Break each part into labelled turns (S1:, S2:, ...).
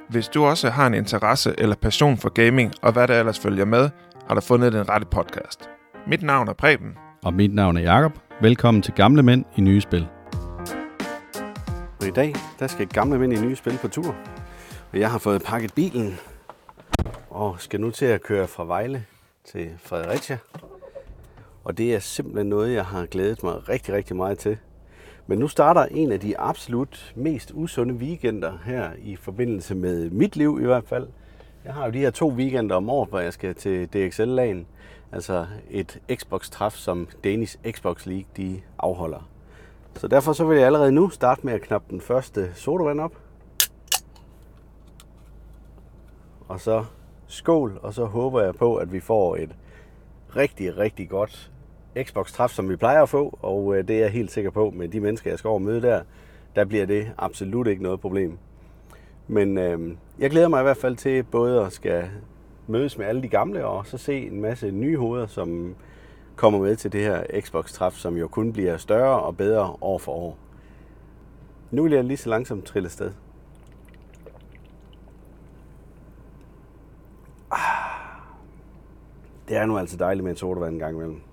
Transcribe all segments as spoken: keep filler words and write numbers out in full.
S1: Hvis du også har en interesse eller passion for gaming, og hvad der ellers følger med, har du fundet den rette podcast. Mit navn er Preben.
S2: Og mit navn er Jakob. Velkommen til Gamle Mænd i Nye Spil.
S3: Og i dag, der skal Gamle Mænd i Nye Spil på tur. Og jeg har fået pakket bilen, og skal nu til at køre fra Vejle til Fredericia. Og det er simpelthen noget, jeg har glædet mig rigtig, rigtig meget til. Men nu starter en af de absolut mest usunde weekender her i forbindelse med mit liv i hvert fald. Jeg har jo de her to weekender om året, hvor jeg skal til D X L-lagen. Altså et Xbox-træf, som Danish Xbox League de afholder. Så derfor så vil jeg allerede nu starte med at knappe den første sodavand op. Og så skål, og så håber jeg på, at vi får et rigtig, rigtig godt Xbox-træf, som vi plejer at få. Og det er jeg helt sikker på, med de mennesker, jeg skal over møde der, der bliver det absolut ikke noget problem. Men øh, jeg glæder mig i hvert fald til både at skal mødes med alle de gamle, og så se en masse nye hoveder, som kommer med til det her Xbox-træf, som jo kun bliver større og bedre år for år. Nu vil jeg lige så langsomt trille afsted. Ah, det er nu altså dejligt med en sodavand en gang imellem.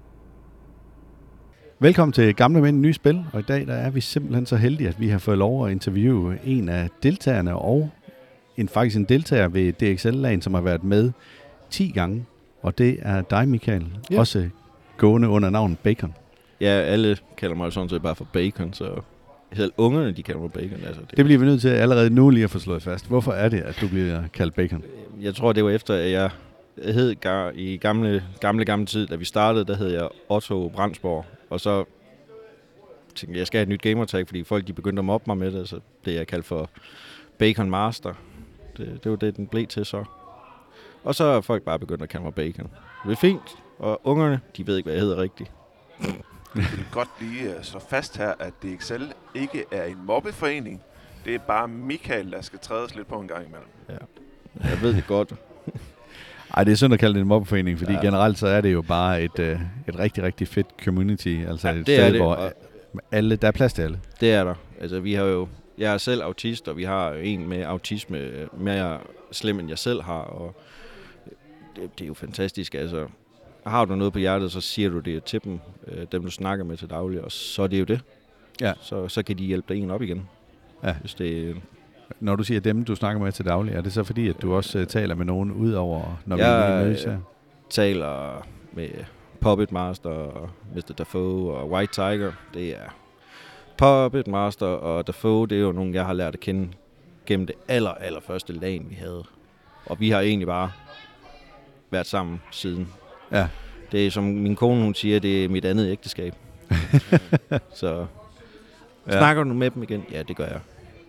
S2: Velkommen til Gamle Mænd i Nye Spil, og i dag der er vi simpelthen så heldige, at vi har fået lov at interviewe en af deltagerne, og en, faktisk en deltager ved D X L-lagen, som har været med ti gange, og det er dig, Michael, ja. Også gående under navnet Bacon.
S4: Ja, alle kalder mig sådan set bare for Bacon, så selv ungerne, de kalder mig Bacon. Altså, det...
S2: det bliver vi nødt til allerede nu lige at få slået fast. Hvorfor er det, at du bliver kaldt Bacon?
S4: Jeg tror, det var efter, at jeg hed i gamle, gamle, gamle tid, da vi startede, der hed jeg Otto Brandsborg, og så tænkte jeg, jeg skal have et nyt gamertag, fordi folk de begyndte at mobbe mig med det, så det jeg kaldt for Bacon Master. Det, det var det, den blev til så. Og så er folk bare begyndt at kalde mig Bacon. Det er fint, og ungerne, de ved ikke, hvad jeg hedder rigtigt.
S1: Jeg vil godt lige slå fast her, at D X L ikke er en mobbeforening. Det er bare Michael, der skal trædes lidt på en gang imellem.
S4: Ja, jeg ved det godt.
S2: Ej, det er synd at kalde det en mobbeforening, fordi ja. Generelt så er det jo bare et, øh, et rigtig, rigtig fedt community. Altså
S4: ja,
S2: et
S4: det
S2: sted,
S4: er det.
S2: hvor alle, der er plads til alle.
S4: Det er der. Altså, vi har jo, jeg er selv autist, og vi har en med autisme mere slem, end jeg selv har, og det, det er jo fantastisk. Altså, har du noget på hjertet, så siger du det til dem, dem du snakker med til daglig, og så er det jo det. Ja. Så, så kan de hjælpe dig en op igen.
S2: Ja.
S4: Hvis det
S2: Når du siger dem, du snakker med til daglig, er det så fordi, at du også uh, taler med nogen udover, når
S4: jeg,
S2: vi mødes her?
S4: Jeg taler med Puppet Master og mister Dafoe og White Tiger. Det er Puppet Master og Dafoe, det er jo nogen, jeg har lært at kende gennem det aller, aller første LAN, vi havde. Og vi har egentlig bare været sammen siden.
S2: Ja.
S4: Det er som min kone, hun siger, det er mit andet ægteskab. Så ja. Snakker du med dem igen? Ja, det gør jeg.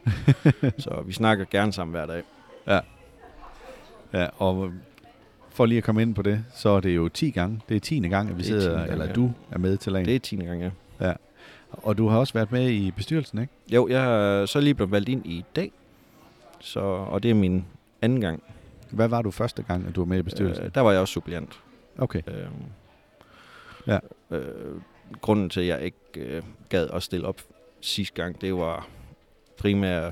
S4: Så vi snakker gerne sammen hver dag.
S2: Ja. Ja, og for lige at komme ind på det, så er det jo ti gange. Det er tiende gang, at vi sidder, gang, eller ja. Du er med til lagen.
S4: Det er tiende gang, ja.
S2: Ja. Og du har også været med i bestyrelsen, ikke?
S4: Jo, jeg har så lige blevet valgt ind i dag. Så, og det er min anden gang.
S2: Hvad var du første gang, at du var med i bestyrelsen?
S4: Øh, der var jeg også suppleant.
S2: Okay.
S4: Øh,
S2: ja.
S4: Øh, grunden til, at jeg ikke øh, gad at stille op sidste gang, det var primært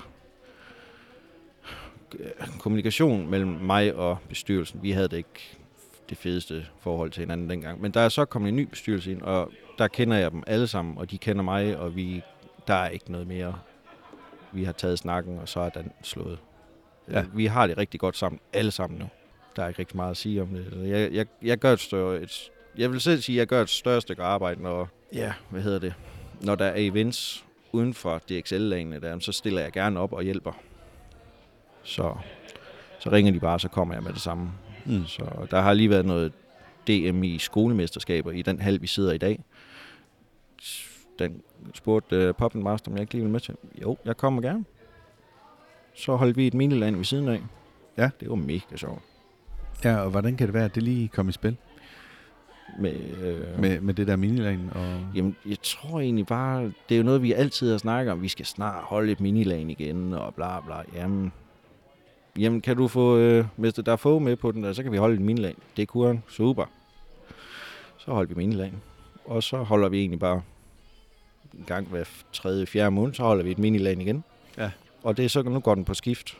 S4: kommunikation mellem mig og bestyrelsen. Vi havde det ikke det fedeste forhold til hinanden dengang. Men der er så kommet en ny bestyrelse ind, og der kender jeg dem alle sammen, og de kender mig, og vi, der er ikke noget mere. Vi har taget snakken, og så er den slået. Ja. Vi har det rigtig godt sammen, alle sammen nu. Der er ikke rigtig meget at sige om det. Jeg, jeg, jeg gør et større... Et, jeg vil selv sige, at jeg gør et større stykke arbejde, når, ja, hvad hedder det, når der er events uden for D X L-lagene, der, så stiller jeg gerne op og hjælper. Så, så ringer de bare, så kommer jeg med det samme. Mm. Så der har lige været noget D M i skolemesterskaber i den hal, vi sidder i dag. Den spurgte uh, Puppet Master, om jeg ikke lige vil med til. Jo, jeg kommer gerne. Så holdt vi et miniland ved siden af.
S2: Ja.
S4: Det var mega sjovt.
S2: Ja, og hvordan kan det være, at det lige kom i spil?
S4: Med, øh,
S2: med, med det der minilagen? Og...
S4: Jamen, jeg tror egentlig bare, det er jo noget, vi altid har snakket om. Vi skal snart holde et minilagen igen, og bla bla. Jamen, jamen kan du få øh, mister Dafoe med på den der, så kan vi holde et minilagen. Det kunne han. Super. Så holder vi minilagen. Og så holder vi egentlig bare en gang hver tredje, fjerde måned, så holder vi et minilagen igen.
S2: Ja.
S4: Og det er så, nu går den på skift.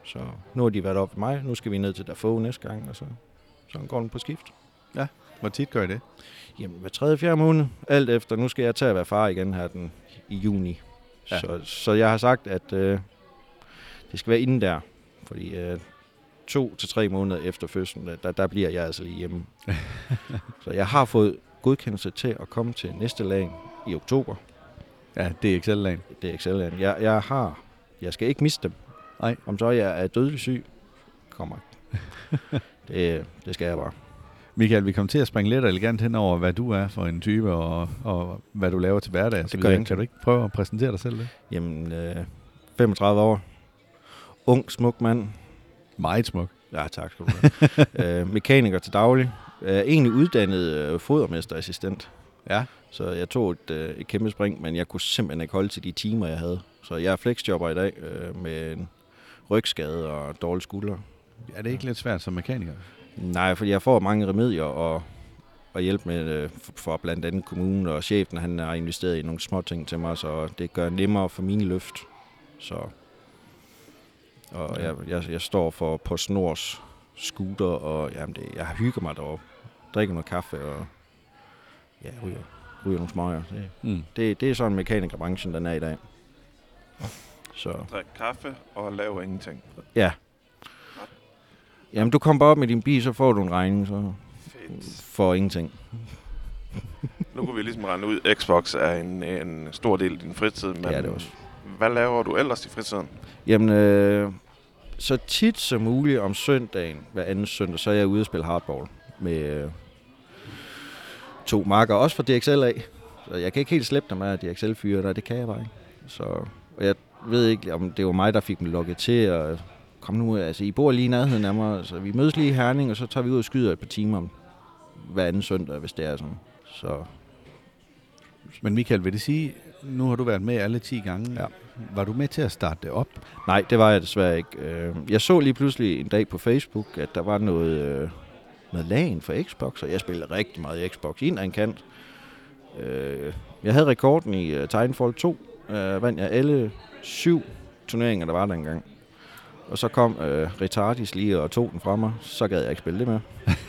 S4: Så nu har de været oppe ved mig. Nu skal vi ned til Dafoe næste gang, og så, så går den på skift.
S2: Ja, hvor tit gør I det?
S4: Jamen, hver tredje, fjerde måned. Alt efter. Nu skal jeg tage at være far igen her den, i juni. Ja. Så, så jeg har sagt, at øh, det skal være inden der. Fordi øh, to til tre måneder efter fødslen, der, der bliver jeg altså lige hjemme. Så jeg har fået godkendelse til at komme til næste lag i oktober.
S2: Ja, D X L-lagen.
S4: D X L-lagen. Jeg, jeg har... Jeg skal ikke miste dem.
S2: Nej.
S4: Om så jeg er dødelig syg, kommer det, det skal jeg bare.
S2: Michael, vi kommer til at springe lidt elegant hen over, hvad du er for en type, og, og hvad du laver til hverdag.
S4: Det gør jeg.
S2: Kan du ikke prøve at præsentere dig selv lidt?
S4: Jamen, øh, femogtredive år. Ung, smuk mand.
S2: Meget smuk.
S4: Ja, tak skal du have. øh, mekaniker til daglig. Øh, egentlig uddannet øh, fodermesterassistent.
S2: Ja. Så
S4: jeg tog et, øh, et kæmpe spring, men jeg kunne simpelthen ikke holde til de timer, jeg havde. Så jeg er flexjobber i dag øh, med en rygskade og dårlige skuldre.
S2: Er det ikke lidt svært som mekaniker?
S4: Nej, fordi jeg får mange remedier og, og hjælp med øh, for blandt andet kommunen, og chefen han har investeret i nogle små ting til mig, så det gør nemmere for mine løft. Så, og jeg, jeg, jeg står for på Snors scooter, og jamen det, jeg hygger mig deroppe. Drikker noget kaffe og ja, ryger, ryger nogle smøger. Det, mm. det, det er sådan mekanikerbranchen, den er i dag. Så.
S1: Drik kaffe og lav ingenting.
S4: Ja. Jamen, du kommer bare op med din bil, så får du en regning, så
S1: fedt.
S4: For ingenting.
S1: Nu kunne vi ligesom regne ud, Xbox er en, en stor del af din fritid, men
S4: ja, det også.
S1: Hvad laver du ellers i fritiden?
S4: Jamen, øh, så tit som muligt om søndagen, hver anden søndag, så er jeg ude og spille hardball med øh, to marker, også fra D X L af. Så jeg kan ikke helt slippe dem af D X L-fyre der, det kan jeg bare ikke. Så, og jeg ved ikke, om det var mig, der fik dem lukket til, og kom nu, altså I bor lige i nærheden af mig, så vi mødes lige i Herning, og så tager vi ud og skyder et par timer om hver anden søndag, hvis det er sådan. Så.
S2: Men Michael, vil det sige, nu har du været med alle ti gange. Ja. Var du med til at starte det op?
S4: Nej, det var jeg desværre ikke. Jeg så lige pludselig en dag på Facebook, at der var noget, noget LAN for Xbox, og jeg spillede rigtig meget i Xbox, en af en kant. Jeg havde rekorden i Titanfall to, vandt jeg alle syv turneringer, der var der engang. Og så kom øh, Retardis lige og tog den fra mig. Så gad jeg ikke spille det med.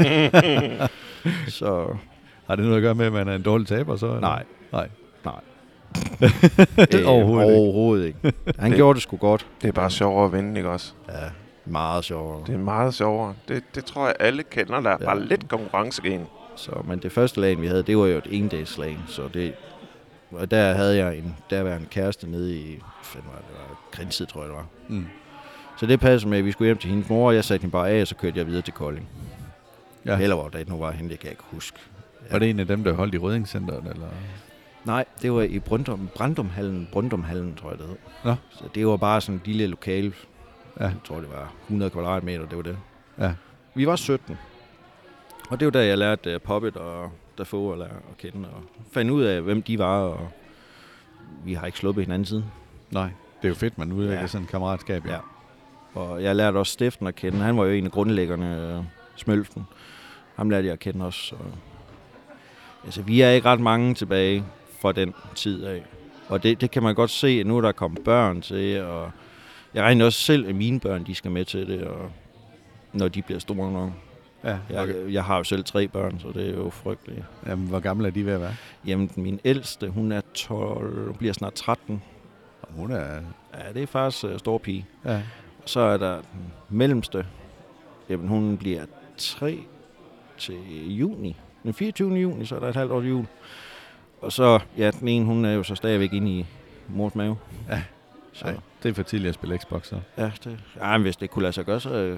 S4: Så.
S2: Har det noget at gøre med, at man er en dårlig taber? Så,
S4: nej.
S2: Nej.
S4: Nej.
S2: det overhovedet,
S4: ikke. overhovedet ikke. Han det, gjorde det sgu godt.
S1: Det er bare sjovere at vinde, ikke også?
S4: Ja, meget sjovere.
S1: Det er meget sjovere. Det, det tror jeg, alle kender. Der er ja. bare lidt konkurrencegen.
S4: Så, men det første lag, vi havde, det var jo et endags-lag. Så det, og der havde jeg en derværende kæreste nede i, fanden var det, det var Grindsted, tror jeg det var. Mm. Så det passede med, at vi skulle hjem til hendes mor, og jeg satte hende bare af, og så kørte jeg videre til Kolding. Ja. Eller hvor det nu var hende, det kan jeg ikke huske. Ja.
S2: Var det en af dem, der holdt i Rødingcenteret, eller?
S4: Nej, det var i Brøndum, Brandumhallen, Brøndumhallen, tror jeg det hed.
S2: Ja.
S4: Så det var bare sådan en lille lokale. Ja. Jeg tror, det var hundrede kvadratmeter, det var det.
S2: Ja.
S4: Vi var sytten. Og det var der, jeg lærte uh, Puppet og Dafoe at, lære at kende, og fandt ud af, hvem de var, og vi har ikke sluppet hinanden siden.
S2: Nej, det er jo fedt, man udvikler ja. sådan en kammeratskab. Ja.
S4: Ja. Og jeg lærte også Steffen at kende. Han var jo en af grundlæggerne, uh, Smølfen. Ham lærte jeg at kende også. Og altså, vi er ikke ret mange tilbage fra den tid af. Og det, det kan man godt se, at nu er der kommet børn til, og jeg regner også selv, at mine børn, de skal med til det, og når de bliver store nok.
S2: Ja, okay.
S4: jeg, jeg har jo selv tre børn, så det er jo frygteligt.
S2: Jamen, hvor gamle er de ved at være?
S4: Jamen, min ældste, hun er tolv, hun bliver snart tretten.
S2: Og hun er...
S4: Ja, det er faktisk uh, stor pige.
S2: Ja.
S4: Så er der den mellemste, jamen hun bliver tre til juni. Den fireogtyvende juni, så er der et halvt år til jul. Og så, ja, den ene, hun er jo så stadigvæk inde i mors mave.
S2: Ja, så. Ej, det er for tidligt at spille Xbox, så.
S4: Ja, det, ja, men hvis det kunne lade sig gøre, så...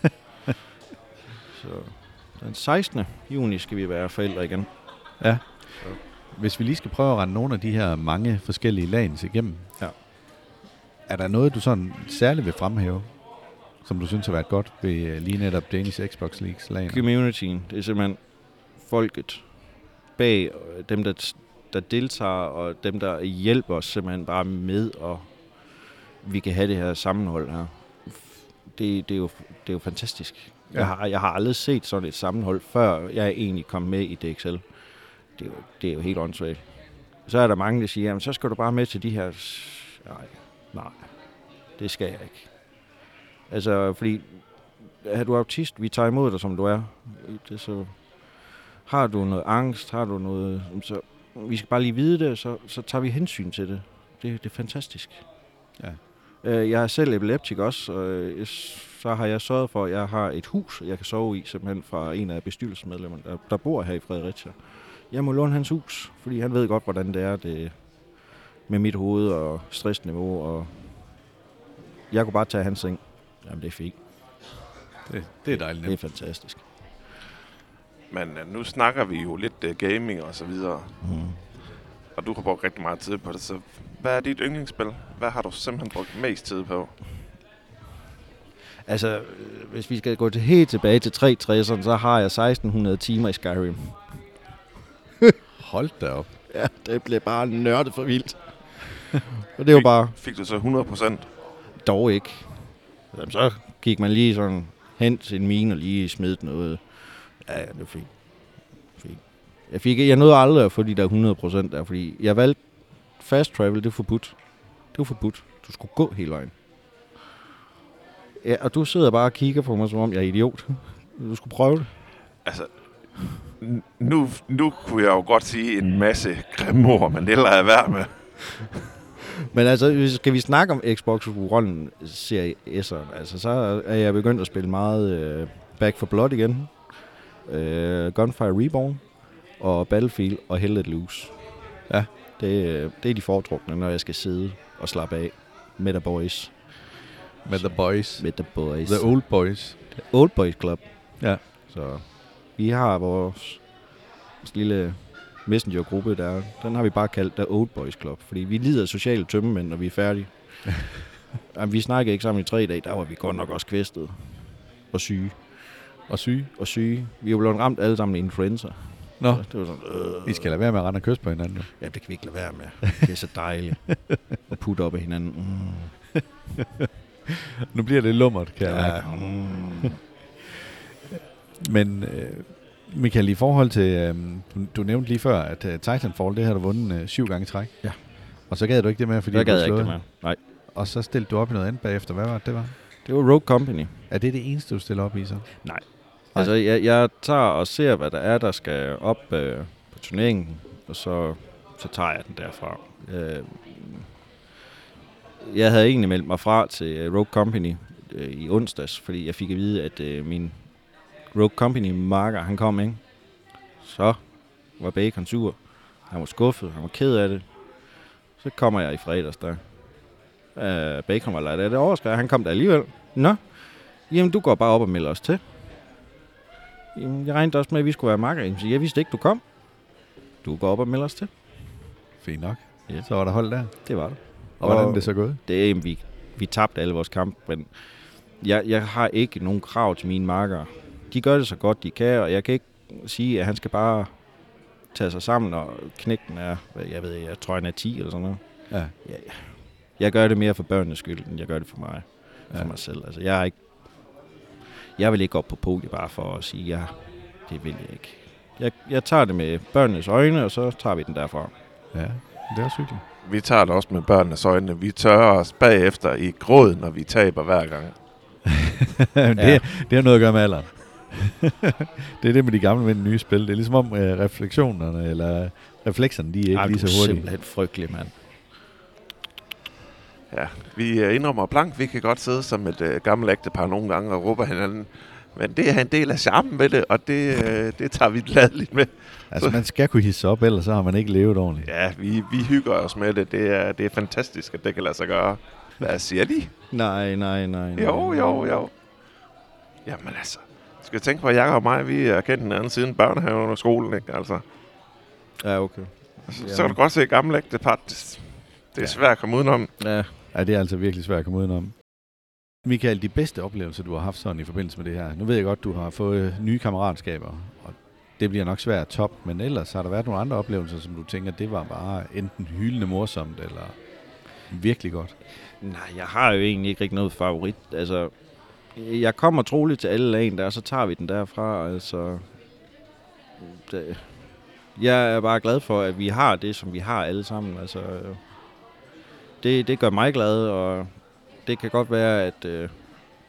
S4: så den sekstende juni skal vi være forældre igen.
S2: Ja. Så. Hvis vi lige skal prøve at rende nogle af de her mange forskellige lagens igennem.
S4: Ja.
S2: Er der noget, du sådan særligt vil fremhæve, som du synes har været godt ved lige netop Danish Xbox Leagues lagen?
S4: Communityen, det er simpelthen folket bag dem, der, der deltager, og dem, der hjælper os simpelthen bare med, og vi kan have det her sammenhold her. Det, det, er, jo, det er jo fantastisk. Ja. Jeg, har, jeg har aldrig set sådan et sammenhold, før jeg egentlig kom med i D X L. Det er jo, det er jo helt åndssvagt. Så er der mange, der siger, jamen, så skal du bare med til de her... Nej, nej, det skal jeg ikke. Altså, fordi er du autist, vi tager imod dig, som du er. Det, så har du noget angst, har du noget, så vi skal bare lige vide det, så, så tager vi hensyn til det. Det, det er fantastisk.
S2: Ja.
S4: Jeg er selv epileptik også, og så har jeg sørget for, at jeg har et hus, jeg kan sove i, simpelthen fra en af bestyrelsesmedlemmerne, der, der bor her i Fredericia. Jeg må låne hans hus, fordi han ved godt, hvordan det er det med mit hoved og stressniveau, og jeg kunne bare tage hans seng. Jamen, det er fint.
S2: Det, det er dejligt.
S4: Det er fantastisk.
S1: Men uh, nu snakker vi jo lidt uh, gaming og så videre. Mm. Og du har brugt rigtig meget tid på det, så hvad er dit yndlingsspil? Hvad har du simpelthen brugt mest tid på?
S4: Altså, hvis vi skal gå til helt tilbage til tre tresserne, så har jeg seksten hundrede timer i Skyrim.
S2: Hold da op.
S4: Ja, det blev bare nørdet for vildt. Og det var bare...
S1: Fik du så hundrede procent?
S4: Dog ikke. Jamen, så gik man lige sådan hen til en mine og lige smed noget. Ja, ja, det var fint. fint. Jeg, fik, jeg nåede aldrig at få de der hundrede procent der, fordi jeg valgte fast travel, det er forbudt. Det var forbudt. Du skulle gå hele vejen. Ja, og du sidder bare og kigger på mig, som om jeg er idiot. Du skulle prøve det.
S1: Altså, nu, nu kunne jeg jo godt sige en masse grimme ord, men det lader jeg være med.
S4: Men altså, skal vi snakke om Xbox One Series S'eren, altså, så er jeg begyndt at spille meget uh, Back for Blood igen, uh, Gunfire Reborn og Battlefield og Hell Let Loose. Ja, det, det er de foretrukne, når jeg skal sidde og slappe af med the boys.
S2: Med the boys.
S4: Med the boys.
S2: The old boys.
S4: The old boys club.
S2: Ja.
S4: Så vi har vores lille messenger-gruppe der. Den har vi bare kaldt The Old Boys Club, fordi vi lider af sociale tømmemænd, når vi er færdige. Jamen, vi snakkede ikke sammen i tre dage, der var vi godt nok også kvæstet. Og syge.
S2: Og syge?
S4: Og syge. Vi er jo blevet ramt alle sammen i influenza.
S2: Nå,
S4: så det var sådan, øh.
S2: I skal lade være med at rende og kysse på hinanden. Jo.
S4: Ja, det kan vi ikke lade være med. Det er så dejligt. At putte op af hinanden. Mm.
S2: Nu bliver det lummert, kan jeg
S4: ja, mm.
S2: Men øh, Michael, i forhold til, øh, du, du nævnte lige før, at uh, Titanfall, det har du vundet øh, syv gange i træk.
S4: Ja.
S2: Og så gad du ikke det med, fordi
S4: jeg
S2: du
S4: gad ikke det med. Nej.
S2: Og så stillede du op i noget andet bagefter. Hvad var det, det var?
S4: Det var Rogue Company.
S2: Er det det eneste, du stiller op i så?
S4: Nej. Altså, jeg, jeg tager og ser, hvad der er, der skal op øh, på turneringen, og så, så tager jeg den derfra. Øh, jeg havde egentlig meldt mig fra til Rogue Company øh, i onsdags, fordi jeg fik at vide, at øh, min Rogue Company-marker, han kom, ikke? Så var Bacon sur. Han var skuffet, han var ked af det. Så kommer jeg i fredags der. Uh, Bacon var lejt af det overskred, han kom der alligevel. Nå, jamen du går bare op og melder os til. Jamen, jeg regnede også med, at vi skulle være marker. Så jeg vidste ikke, du kom. Du går op og melder os til.
S2: Fint nok.
S4: Ja.
S2: Så var der hold der.
S4: Det var det.
S2: Og, og hvordan er det så gået?
S4: Det er, vi, vi tabte alle vores kampe, men jeg, jeg har ikke nogen krav til mine markere. De gør det så godt, de kan, og jeg kan ikke sige, at han skal bare tage sig sammen, og knægten er, jeg ved, jeg tror, han er ti eller sådan noget.
S2: Ja.
S4: Jeg, jeg gør det mere for børnenes skyld, end jeg gør det for mig. For
S2: ja.
S4: mig selv. Altså, jeg er ikke, jeg vil ikke op på podiet bare for at sige, ja, det vil jeg ikke. Jeg, jeg tager det med børnenes øjne, og så tager vi den derfra.
S2: Ja, det er hyggeligt.
S1: Vi tager det også med børnenes øjne. Vi tørrer os bagefter i gråd, når vi taber hver gang.
S2: det, ja. det har noget at gøre med alderen. Det er det med de gamle mænd nye spil. Det er ligesom om uh, refleksionerne, eller reflekserne, de er ikke Ej, lige så hurtige.
S4: Det er simpelthen frygtelig, mand.
S1: Ja, vi uh, indrømmer blank. Vi kan godt sidde som et uh, gammelt ægtepar nogle gange og råbe hinanden. Men det er en del af charmen med det, og det, uh, det tager vi gladeligt med.
S2: Altså, man skal kunne hisse op, ellers så har man ikke levet ordentligt.
S1: Ja, vi, vi hygger os med det. Det er, det er fantastisk, at det kan lade sig gøre. Hvad siger de?
S4: Nej, nej, nej. nej.
S1: Jo, jo, jo. Jamen altså, skal jeg tænke på, at Jakob og mig, vi er kendt hinanden siden børnehaven og skolen, ikke? Altså.
S4: Ja, okay.
S1: Så, så kan du godt se gamle ægtepar. Det, det er ja. svært at komme udenom.
S4: Ja.
S2: Ja, det er altså virkelig svært at komme udenom. Michael, de bedste oplevelser, du har haft sådan i forbindelse med det her. Nu ved jeg godt, du har fået nye kammeratskaber, og det bliver nok svært at top, men ellers har der været nogle andre oplevelser, som du tænker, det var bare enten hyldende morsomt, eller virkelig godt?
S4: Nej, jeg har jo egentlig ikke rigtig noget favorit. Altså, jeg kommer troligt til alle lagen der, og så tager vi den derfra. Altså, det, jeg er bare glad for, at vi har det, som vi har alle sammen. Altså, det, det gør mig glad, og det kan godt være, at øh,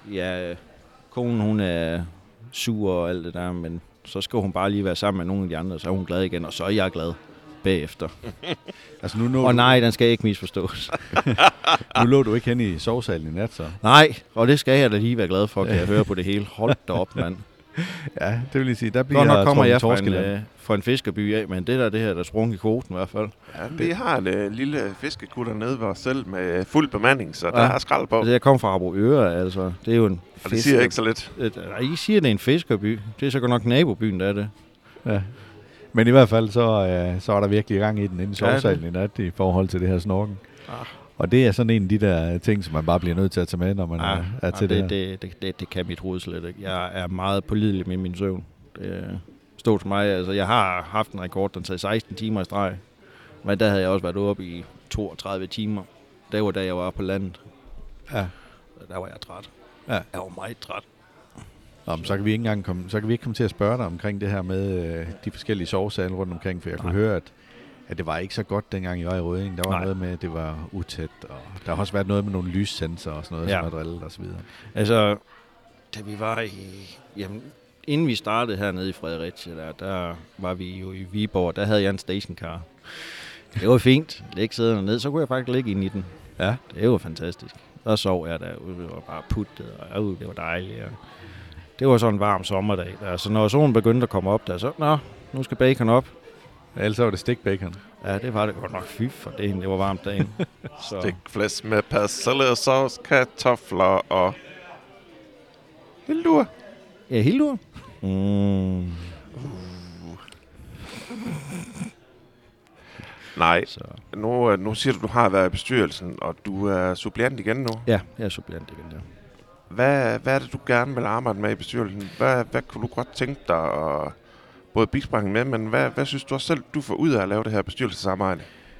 S4: ja, konen hun er sur og alt det der, men så skal hun bare lige være sammen med nogle af de andre, så er hun glad igen, og så er jeg glad bagefter.
S2: Altså nu når
S4: og
S2: du,
S4: nej, den skal ikke misforstås.
S2: nu lå du ikke hen i sovesalen i nat, så.
S4: Nej, og det skal jeg da lige være glad for, kan jeg høre på det hele. Hold da op, mand.
S2: Ja, det vil jeg sige. Der bliver
S4: Godt nok kommer jeg fra en,
S2: torskeland.
S4: øh, fra en fiskerby af, men det der, det her, der sprung i kvoten i hvert fald.
S1: Ja, vi har en øh, lille fiskekutter nede ved os selv med fuld bemanding, så
S4: Ja.
S1: der er skrald på.
S4: Altså, jeg kom fra Harboøre, altså. Det er jo en
S1: Og det siger ikke så lidt.
S4: Et, I siger, det er en fiskerby. Det er så godt nok nabobyen, der er det.
S2: Ja. Men i hvert fald, så, øh, så er der virkelig gang i den inde i
S4: Ja,
S2: sovesalen i nat i forhold til det her snorken.
S4: Ah.
S2: Og det er sådan en af de der ting, som man bare bliver nødt til at tage med, når man
S4: Ah,
S2: er, er til
S4: ah,
S2: det,
S4: det,
S2: her.
S4: det, det, det, det kan mit hoved slet ikke. Jeg er meget pålidelig med min søvn. Det stod til mig. Altså, jeg har haft en rekord, den tager seksten timer i streg. Men der havde jeg også været oppe i toogtredive timer. Det var da jeg var på landet.
S2: Ja.
S4: Der var jeg træt.
S2: Ja.
S4: Jeg var meget træt.
S2: Nå, men så kan vi ikke engang komme, så kan vi ikke komme til at spørge dig omkring det her med øh, de forskellige sovesale rundt omkring, for jeg
S4: Nej.
S2: kunne høre, at, at det var ikke så godt, dengang I var i Rødding. Der var
S4: Nej.
S2: noget med, at det var utæt, og der har også været noget med nogle lyssensorer og sådan noget,
S4: Ja.
S2: som er drillet og så videre.
S4: Altså, da vi var i... Jamen, inden vi startede hernede i Fredericia, der, der var vi jo i Viborg, der havde jeg en stationcar. Det var fint. Lægge sæderne ned, så kunne jeg faktisk ligge ind i den.
S2: Ja.
S4: Det var fantastisk. Så sov jeg derude og bare puttet, og øh, det var dejligt. Og det var sådan en varm sommerdag. Der. Så når solen begyndte at komme op der, så nå, nu skal bacon op.
S2: Ellers var det stikbacon.
S4: Ja, det var det godt nok. Fy for det, det var varmt dagen. Så.
S1: Stik flæsk med persillesauce, kartofler og hildur.
S4: Ja, Hildur. Mm.
S1: Nej,
S4: Så.
S1: nu, øh, nu siger du, du har været i bestyrelsen, og du er suppleant igen nu.
S4: Ja, jeg er suppleant igen, ja.
S1: Hvad, hvad er det, du gerne vil arbejde med i bestyrelsen? Hvad, hvad kunne du godt tænke dig at både bispringe med, men hvad, hvad synes du også selv, du får ud af at lave det her bestyrelsesarbejde?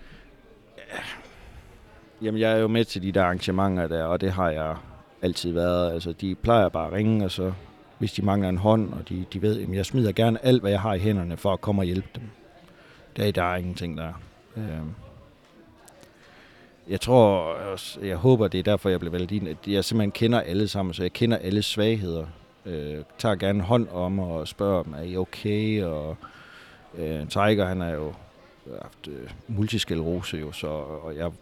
S4: Jamen, jeg er jo med til de der arrangementer der, og det har jeg altid været. Altså, de plejer bare at ringe, og så hvis de mangler en hånd, og de, de ved, at jeg smider gerne alt, hvad jeg har i hænderne, for at komme og hjælpe dem. Der er der er ingenting der. Øhm. Jeg tror også, jeg håber, det er derfor, jeg blev valgt ind, at jeg simpelthen kender alle sammen, så jeg kender alle svagheder. Øh, tager gerne hånd om og spørger dem, er I okay? Og øh, Tiger, han er jo haft øh, multisklerose jo, så og jeg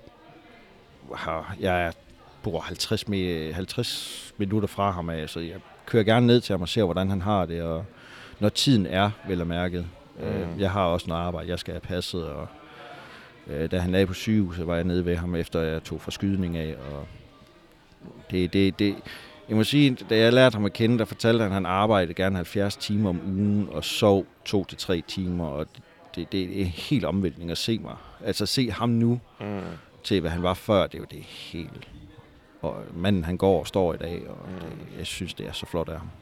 S4: har, jeg er bor halvtreds, med, halvtreds minutter fra ham af, så jeg kører gerne ned til ham og ser, hvordan han har det, og når tiden er, vel at mærket. Mm. Øh, jeg har også noget arbejde, jeg skal have passet, og øh, da han lagde på sygehuset, var jeg nede ved ham, efter jeg tog forskydning af, og det, det, det, jeg må sige, da jeg lærte ham at kende, der fortalte han, at han arbejdede gerne halvfjerds timer om ugen, og sov to til tre timer, og det, det er en helt omvæltning at se mig. Altså se ham nu, mm. til hvad han var før, det er jo det helt. Og manden, han går og står i dag, og mm. det, jeg synes, det er så flot af ham.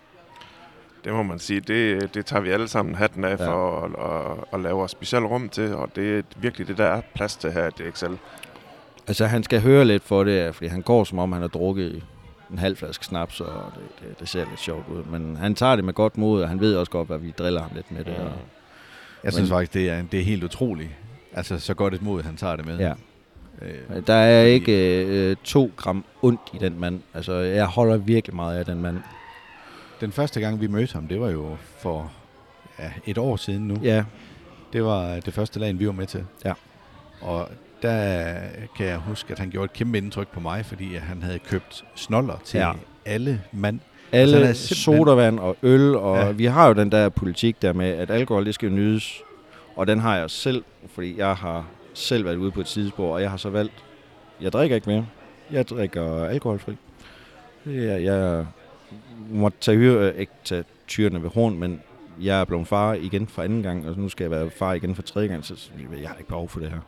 S1: Det må man sige, det, det tager vi alle sammen hatten af ja. for at, at, at lave et specielt rum til, og det er virkelig det, der er plads til her i D X L.
S4: Altså, han skal høre lidt for det, fordi han går, som om han har drukket en halv flaske snaps, og det, det, det ser lidt sjovt ud. Men han tager det med godt mod, og han ved også godt, hvad vi driller ham lidt med det. Og,
S2: Jeg synes faktisk, det er, det er helt utroligt. Altså, så godt et mod, han tager det med.
S4: ja.
S2: Øh,
S4: Der er ikke øh, to gram ondt i den mand. Altså, jeg holder virkelig meget af den mand.
S2: Den første gang, vi mødte ham, det var jo for ja, et år siden nu.
S4: Ja.
S2: Det var det første lag, vi var med til.
S4: Ja.
S2: Og der kan jeg huske, at han gjorde et kæmpe indtryk på mig, fordi han havde købt snoller til ja. alle mand.
S4: Alle
S2: altså,
S4: sodavand og øl, og
S2: ja.
S4: vi har jo den der politik der med, at alkohol, det skal jo nydes. Og den har jeg selv, fordi jeg har selv været ude på et sidespor, og jeg har så valgt, jeg drikker ikke mere. Jeg drikker alkoholfri. Jeg, jeg måtte tage hyre, ikke tage tyrene ved horn, men jeg er blevet far igen for anden gang, og nu skal jeg være far igen for tredje gang, så jeg har ikke behov for det her.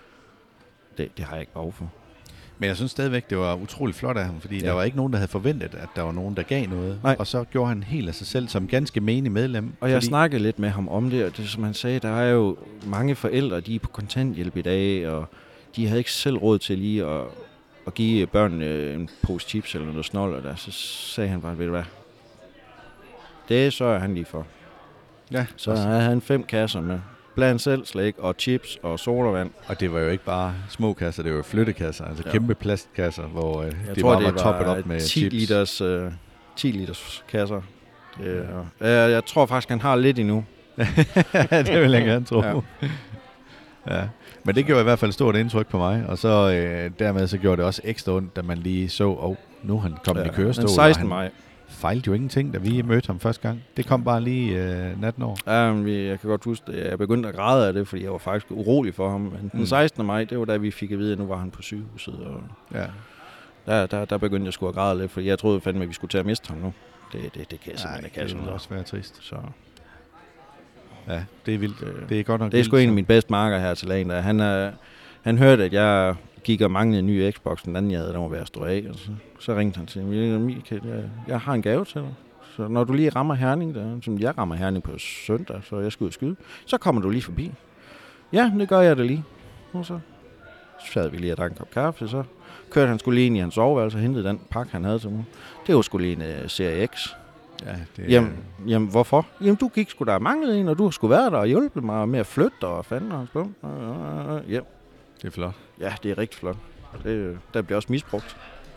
S4: Det, det har jeg ikke behov for.
S2: Men jeg synes stadigvæk, det var utroligt flot af ham, fordi ja. der var ikke nogen, der havde forventet, at der var nogen, der gav noget.
S4: Nej.
S2: Og så gjorde han helt af sig selv som ganske menig medlem.
S4: Og jeg
S2: fordi...
S4: snakkede lidt med ham om det, og det som han sagde, der er jo mange forældre, de er på kontanthjælp i dag, og de havde ikke selv råd til lige at, at give børnene en pose chips eller noget snold, og der, så sagde han bare, ved du hvad, det sørger han lige for.
S2: Ja.
S4: Så havde han fem kasser med bland selv slik og chips og sodavand.
S2: Og det var jo ikke bare små kasser, det var jo flyttekasser, altså
S4: Ja.
S2: kæmpe plastkasser, hvor øh,
S4: Jeg
S2: det
S4: tror,
S2: bare
S4: det
S2: var toppet
S4: var
S2: op med
S4: ti
S2: chips.
S4: liters, øh, ti liters kasser. Det, er- jeg, jeg tror faktisk, han har lidt endnu.
S2: Det vil jeg gerne tro.
S4: Ja.
S2: Ja. Ja. Men det gjorde i hvert fald et stort indtryk på mig, og så øh, dermed så gjorde det også ekstra ondt, da man lige så, åh, oh, nu er han kommet
S4: Ja,
S2: i kørestol.
S4: den
S2: og
S4: sekstende
S2: han
S4: maj.
S2: fejlede jo ingenting, da vi mødte ham første gang. Det kom bare lige øh, natten over.
S4: Ja, men vi- jeg kan godt huske det. Jeg begyndte at græde af det, fordi jeg var faktisk urolig for ham. Men den
S2: Mm.
S4: sekstende maj, det var da vi fik at vide, at nu var han på sygehuset. Og
S2: Ja.
S4: der, der, der begyndte jeg sgu at græde lidt, fordi jeg troede fandme, at vi skulle til at miste ham nu. Det, det, det kan jeg simpelthen ikke have
S2: det
S4: sådan
S2: ville
S4: noget.
S2: også være trist.
S4: Så
S2: Ja, det er vildt.
S4: Det-
S2: Det er godt nok
S4: det er
S2: vildt,
S4: sgu en af
S2: så.
S4: mine bedste marker her til lagen. Der. Han, er, han hørte, at jeg gik og manglede en ny Xbox, den anden jeg havde, der var ved at stå af. Og så, så ringte han til mig, Michael, jeg, jeg har en gave til dig. Så når du lige rammer Herning, der, som jeg rammer Herning på søndag, så jeg skal ud og skyde, så kommer du lige forbi. Ja, det gør jeg da lige. Og så sad vi lige og drak en kop kaffe, så kørte han skulle lige ind i hans soveværelse og hentede den pakke, han havde til mig. Det var sgu lige en uh, Serie X.
S2: Ja, det,
S4: Jamen, jamen, hvorfor? Jamen, du gik sgu da manglet en, og du har sgu været der og hjulpet mig med at flytte og fanden og spum. Ja,
S2: det er flot.
S4: ja, det er rigtig flot. Det, der bliver også misbrugt.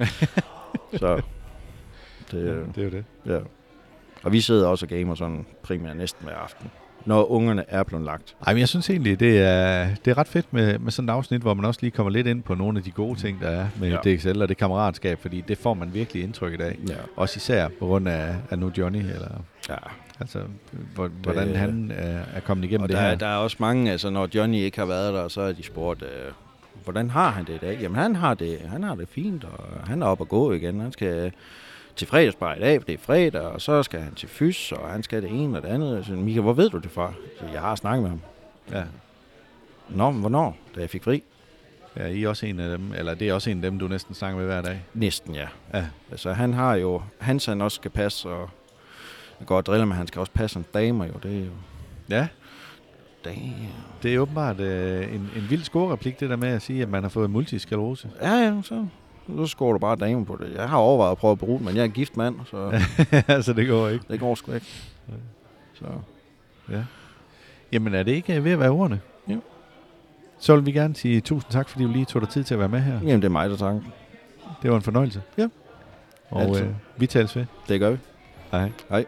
S4: Så det,
S2: Det er jo det.
S4: ja. Og vi sidder også og gamer sådan primært næsten hver aften, når ungerne er blevet lagt.
S2: Ej, men jeg synes egentlig, det er, det er ret fedt med, med sådan et afsnit, hvor man også lige kommer lidt ind på nogle af de gode ting, der er med
S4: Ja.
S2: ja. D X L og det kammeratskab, fordi det får man virkelig indtrykket af.
S4: Ja.
S2: Også især på grund af, af nu Johnny, eller
S4: Ja.
S2: altså, hvor, hvordan han er, er kommet igennem
S4: Og
S2: det
S4: der,
S2: her.
S4: er- der er også mange, altså når Johnny ikke har været der, så er de spurgt, øh, hvordan har han det i dag? Jamen han har det, han har det fint, og han er oppe at gå igen. Han skal til fredagsbar i dag, for det er fredag, og så skal han til fys, og han skal det ene og det andet. Så, Michael, hvor ved du det fra? Så jeg har snakket med ham.
S2: Ja.
S4: Nå, men hvornår? Da jeg fik fri?
S2: Ja, I er også en af dem, eller det er også en af dem, du næsten snakker med hver dag.
S4: Næsten, ja.
S2: Ja.
S4: Altså han har jo, Hans han også skal passe, og jeg går og driller med, han skal også passe hans damer jo, det er jo...
S2: Ja,
S4: Damn.
S2: det er åbenbart øh, en, en vild scorereplik, det der med at sige, at man har fået multisklerose.
S4: Ja, ja, så, så skår du bare damer på det. Jeg har overvejet at prøve at bruge det, men jeg er gift mand, så
S2: altså, det går ikke.
S4: det går sgu ikke. Så.
S2: Ja. Jamen, er det ikke ved at være ordene?
S4: Jo.
S2: Så vil vi gerne sige tusind tak, fordi du lige tog dig tid til at være med her.
S4: Jamen, det er mig, der tager.
S2: Det var en fornøjelse.
S4: Ja.
S2: Og
S4: Altid.
S2: øh, vi tales ved.
S4: Det gør vi.
S2: Hej.
S4: Hej.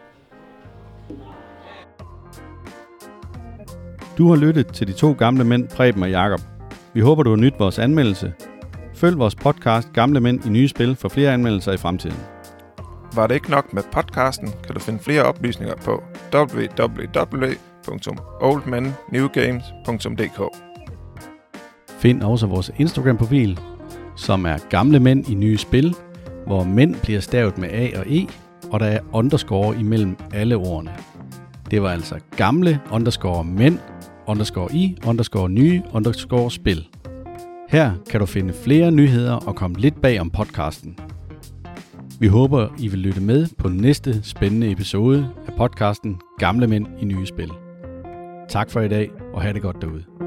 S2: Du har lyttet til de to gamle mænd, Preben og Jakob. Vi håber, du har nydt vores anmeldelse. Følg vores podcast Gamle Mænd i Nye Spil for flere anmeldelser i fremtiden.
S1: Var det ikke nok med podcasten, kan du finde flere oplysninger på w w w punktum old men new games punktum d k.
S2: Find også vores Instagram-profil, som er Gamle Mænd i Nye Spil, hvor mænd bliver stavet med A og E, og der er underscore imellem alle ordene. Det var altså gamle underscore mænd, underscore i, underscore nye, underscore spil. Her kan du finde flere nyheder og komme lidt bag om podcasten. Vi håber, I vil lytte med på næste spændende episode af podcasten Gamle Mænd i Nye Spil. Tak for i dag, og have det godt derude.